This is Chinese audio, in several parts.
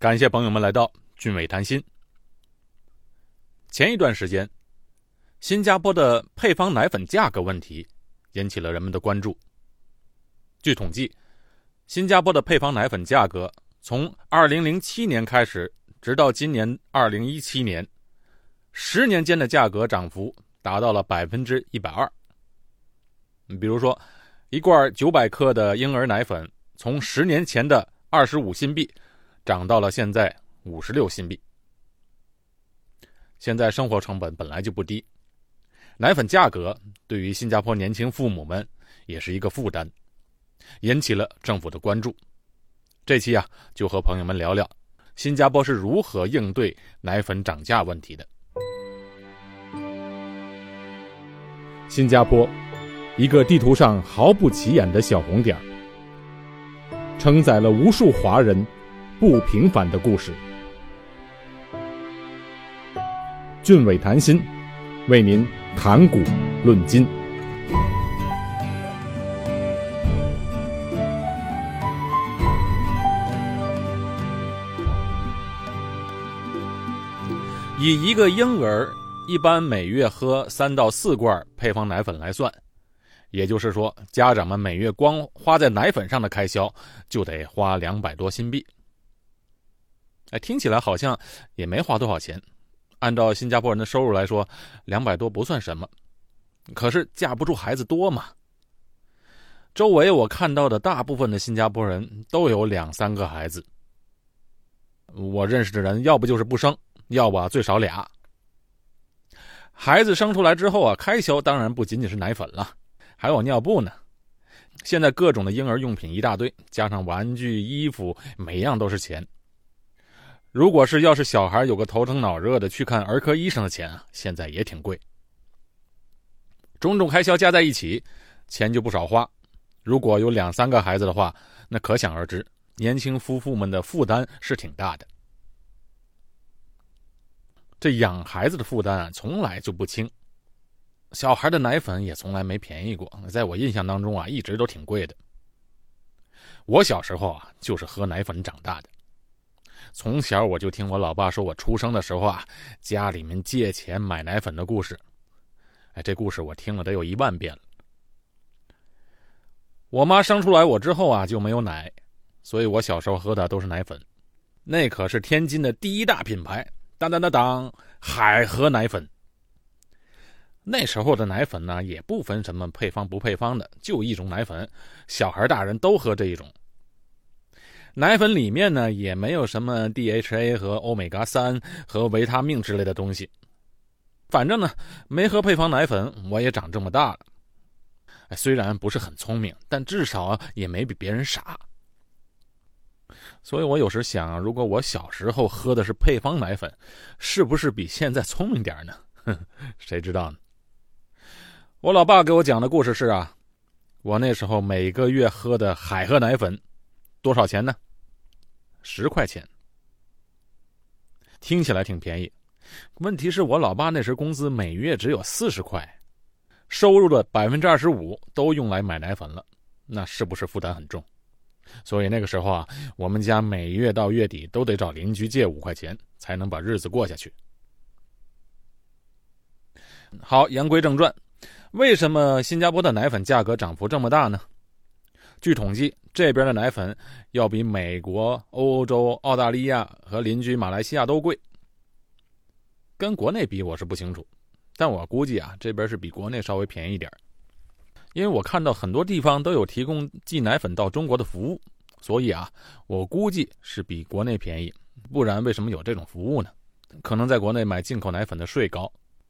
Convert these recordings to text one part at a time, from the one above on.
感谢朋友们来到俊伟谈心。前一段时间，新加坡的配方奶粉价格问题引起了人们的关注。据统计，新加坡的配方奶粉价格从2007年开始，直到今年2017年，10年间的价格涨幅达到了120%。比如说，一罐900克的婴儿奶粉，从10年前的25新币涨到了现在56新币。现在生活成本本来就不低，奶粉价格对于新加坡年轻父母们也是一个负担，引起了政府的关注。这期就和朋友们聊聊新加坡是如何应对奶粉涨价问题的。新加坡，一个地图上毫不起眼的小红点，承载了无数华人不平凡的故事。俊伟谈心，为您谈古论今。以一个婴儿一般每月喝3到4罐配方奶粉来算，也就是说，家长们每月光花在奶粉上的开销就得花200多新币。听起来好像也没花多少钱，按照新加坡人的收入来说，200多不算什么。可是架不住孩子多嘛。周围我看到的大部分的新加坡人都有2、3个孩子。我认识的人要不就是不生，要不最少俩。孩子生出来之后开销当然不仅仅是奶粉了，还有尿布呢。现在各种的婴儿用品一大堆，加上玩具、衣服，每样都是钱。如果要是小孩有个头疼脑热的去看儿科医生的钱现在也挺贵。种种开销加在一起，钱就不少花。如果有2、3个孩子的话，那可想而知，年轻夫妇们的负担是挺大的。这养孩子的负担从来就不轻，小孩的奶粉也从来没便宜过，在我印象当中一直都挺贵的。我小时候就是喝奶粉长大的。从小我就听我老爸说，我出生的时候家里面借钱买奶粉的故事。这故事我听了得有1万遍了。我妈生出来我之后就没有奶，所以我小时候喝的都是奶粉。那可是天津的第一大品牌，当当当当，海河奶粉。那时候的奶粉呢，也不分什么配方不配方的，就一种奶粉，小孩大人都喝这一种。奶粉里面呢，也没有什么 DHA 和欧米伽3和维他命之类的东西。反正呢，没喝配方奶粉，我也长这么大了。虽然不是很聪明，但至少也没比别人傻。所以我有时想，如果我小时候喝的是配方奶粉，是不是比现在聪明点呢？谁知道呢？我老爸给我讲的故事是我那时候每个月喝的海河奶粉多少钱呢？10块钱。听起来挺便宜，问题是我老爸那时工资每月只有40块，收入的25%都用来买奶粉了，那是不是负担很重？所以那个时候我们家每月到月底都得找邻居借5块钱，才能把日子过下去。好，言归正传，为什么新加坡的奶粉价格涨幅这么大呢？据统计，这边的奶粉要比美国、欧洲、澳大利亚和邻居马来西亚都贵。跟国内比我是不清楚，但我估计这边是比国内稍微便宜一点。因为我看到很多地方都有提供寄奶粉到中国的服务，所以我估计是比国内便宜，不然为什么有这种服务呢？可能在国内买进口奶粉的税高。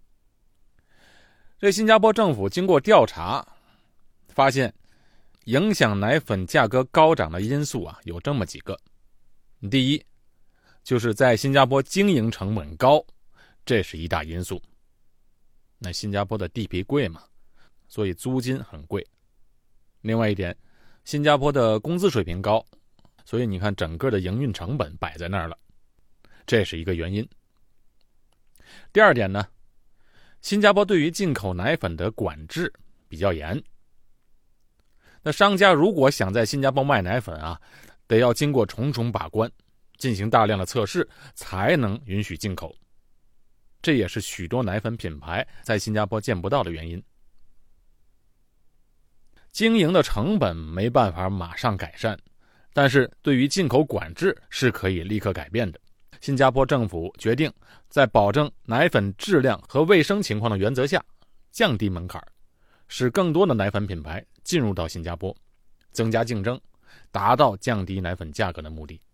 这新加坡政府经过调查，发现影响奶粉价格高涨的因素有这么几个。第一，就是在新加坡经营成本高，这是一大因素。那新加坡的地皮贵嘛，所以租金很贵。另外一点，新加坡的工资水平高，所以你看整个的营运成本摆在那儿了，这是一个原因。第二点呢，新加坡对于进口奶粉的管制比较严。那商家如果想在新加坡卖奶粉得要经过重重把关， 进行大量的测试，才能允许进口。这也是许多奶粉品牌在新加坡见不到的原因。经营的成本没办法马上改善，但是对于进口管制是可以立刻改变的。新加坡政府决定在保证奶粉质量和卫生情况的原则下，降低门槛，使更多的奶粉品牌进入到新加坡，增加竞争，达到降低奶粉价格的目的。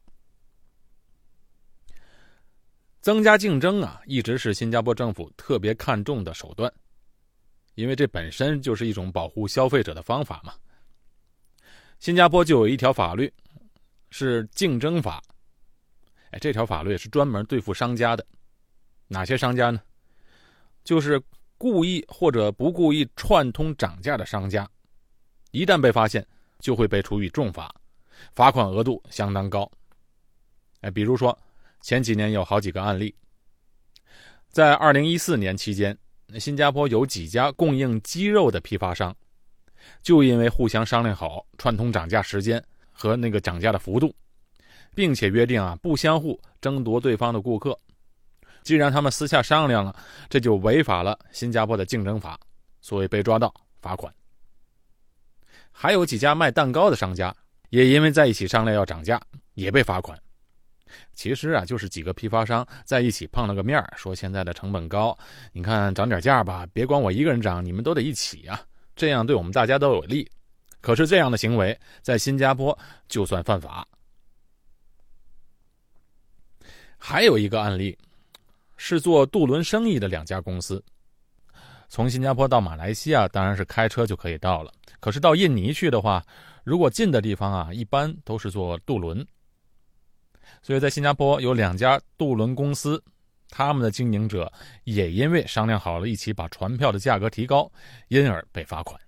增加竞争一直是新加坡政府特别看重的手段，因为这本身就是一种保护消费者的方法嘛。新加坡就有一条法律是竞争法，这条法律是专门对付商家的。哪些商家呢？就是故意或者不故意串通涨价的商家，一旦被发现就会被处以重罚，罚款额度相当高。比如说前几年有好几个案例，在2014年期间，新加坡有几家供应鸡肉的批发商，就因为互相商量好串通涨价时间和那个涨价的幅度，并且约定不相互争夺对方的顾客。既然他们私下商量了，这就违反了新加坡的竞争法，所以被抓到罚款。还有几家卖蛋糕的商家，也因为在一起商量要涨价，也被罚款。其实就是几个批发商在一起碰了个面，说现在的成本高，你看涨点价吧，别光我一个人涨，你们都得一起这样对我们大家都有利。可是这样的行为在新加坡就算犯法。还有一个案例是做渡轮生意的两家公司，从新加坡到马来西亚当然是开车就可以到了，可是到印尼去的话，如果近的地方一般都是坐渡轮。所以在新加坡有两家渡轮公司，他们的经营者也因为商量好了一起把船票的价格提高，因而被罚款。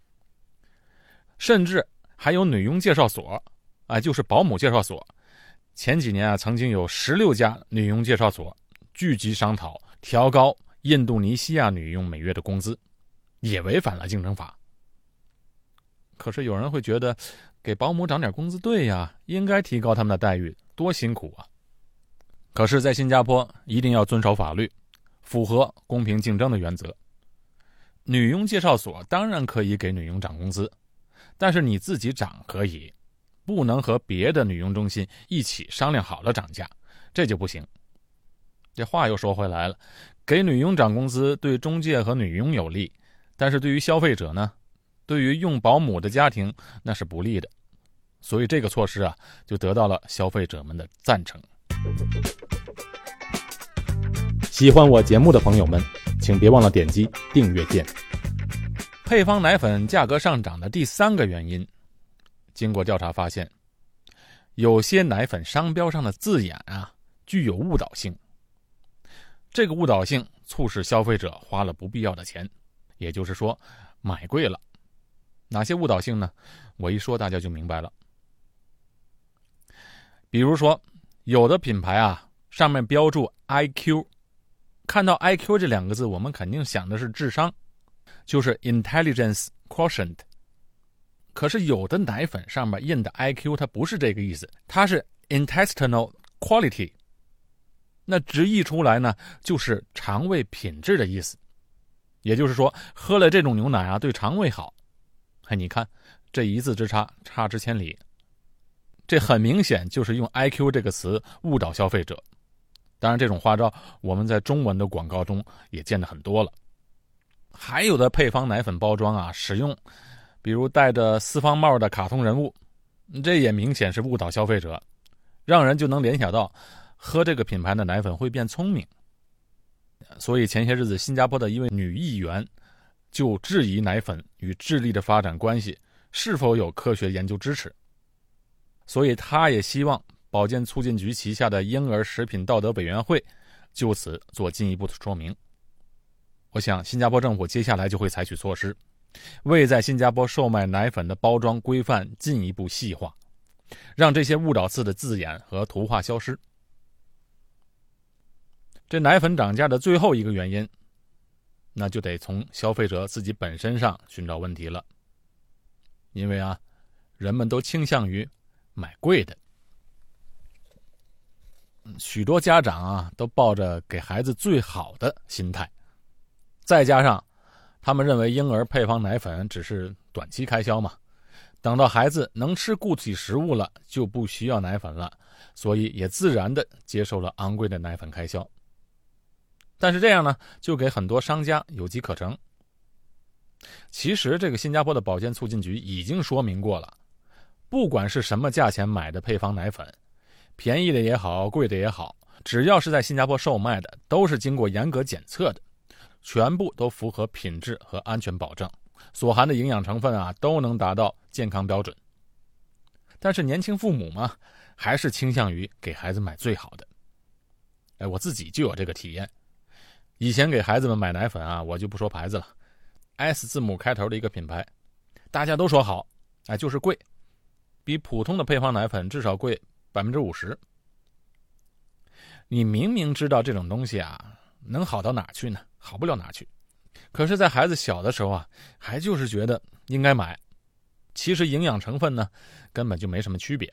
甚至还有女佣介绍所，就是保姆介绍所。前几年曾经有16家女佣介绍所聚集商讨调高印度尼西亚女佣每月的工资，也违反了竞争法。可是有人会觉得，给保姆涨点工资对呀，应该提高他们的待遇，多辛苦啊。可是在新加坡一定要遵守法律，符合公平竞争的原则。女佣介绍所当然可以给女佣涨工资，但是你自己涨可以，不能和别的女佣中心一起商量好了涨价，这就不行。这话又说回来了，给女佣涨工资对中介和女佣有利，但是对于消费者呢，对于用保姆的家庭那是不利的。所以这个措施就得到了消费者们的赞成。喜欢我节目的朋友们，请别忘了点击订阅键。配方奶粉价格上涨的第3个原因，经过调查发现，有些奶粉商标上的字眼具有误导性。这个误导性促使消费者花了不必要的钱，也就是说买贵了。哪些误导性呢？我一说大家就明白了。比如说有的品牌上面标注 IQ， 看到 IQ 这2个字，我们肯定想的是智商，就是 Intelligence Quotient。 可是有的奶粉上面印的 IQ 它不是这个意思，它是 Intestinal Quality， 那直译出来呢就是肠胃品质的意思。也就是说喝了这种牛奶对肠胃好。你看这一字之差，差之千里。这很明显就是用 IQ 这个词误导消费者。当然这种花招我们在中文的广告中也见得很多了。还有的配方奶粉包装使用比如戴着四方帽的卡通人物，这也明显是误导消费者，让人就能联想到喝这个品牌的奶粉会变聪明。所以前些日子新加坡的一位女议员就质疑奶粉与智力的发展关系是否有科学研究支持，所以他也希望保健促进局旗下的婴儿食品道德委员会就此做进一步的说明。我想新加坡政府接下来就会采取措施，为在新加坡售卖奶粉的包装规范进一步细化，让这些误导字的字眼和图画消失。这奶粉涨价的最后一个原因，那就得从消费者自己本身上寻找问题了。因为人们都倾向于买贵的。 许多家长啊都抱着给孩子最好的心态，再加上他们认为婴儿配方奶粉只是短期开销嘛，等到孩子能吃固体食物了，就不需要奶粉了，所以也自然的接受了昂贵的奶粉开销。但是这样呢，就给很多商家有机可乘。其实这个新加坡的保健促进局已经说明过了，不管是什么价钱买的配方奶粉，便宜的也好，贵的也好，只要是在新加坡售卖的，都是经过严格检测的，全部都符合品质和安全保证，所含的营养成分啊都能达到健康标准。但是年轻父母嘛，还是倾向于给孩子买最好的。我自己就有这个体验。以前给孩子们买奶粉啊，我就不说牌子了，S 字母开头的一个品牌，大家都说好，就是贵，比普通的配方奶粉至少贵50%。你明明知道这种东西啊，能好到哪去呢？好不了哪去。可是在孩子小的时候啊，还就是觉得应该买。其实营养成分呢，根本就没什么区别。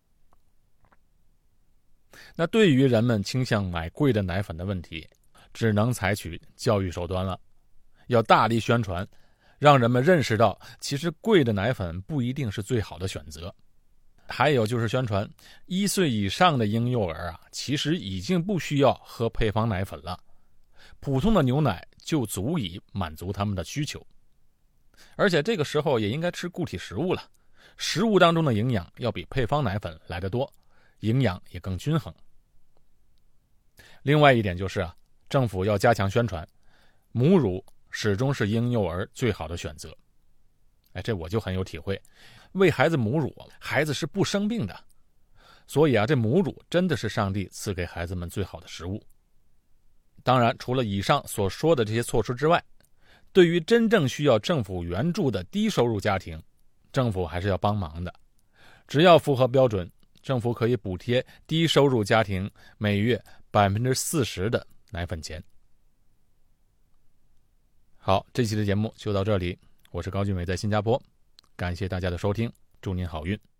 那对于人们倾向买贵的奶粉的问题，只能采取教育手段了，要大力宣传，让人们认识到其实贵的奶粉不一定是最好的选择。还有就是宣传1岁以上的婴幼儿啊，其实已经不需要喝配方奶粉了，普通的牛奶就足以满足他们的需求。而且这个时候也应该吃固体食物了，食物当中的营养要比配方奶粉来得多，营养也更均衡。另外一点就是政府要加强宣传，母乳始终是婴幼儿最好的选择。这我就很有体会，喂孩子母乳，孩子是不生病的，所以这母乳真的是上帝赐给孩子们最好的食物。当然，除了以上所说的这些措施之外，对于真正需要政府援助的低收入家庭，政府还是要帮忙的。只要符合标准，政府可以补贴低收入家庭每月40%的奶粉钱。好，这期的节目就到这里，我是高俊伟，在新加坡，感谢大家的收听，祝您好运。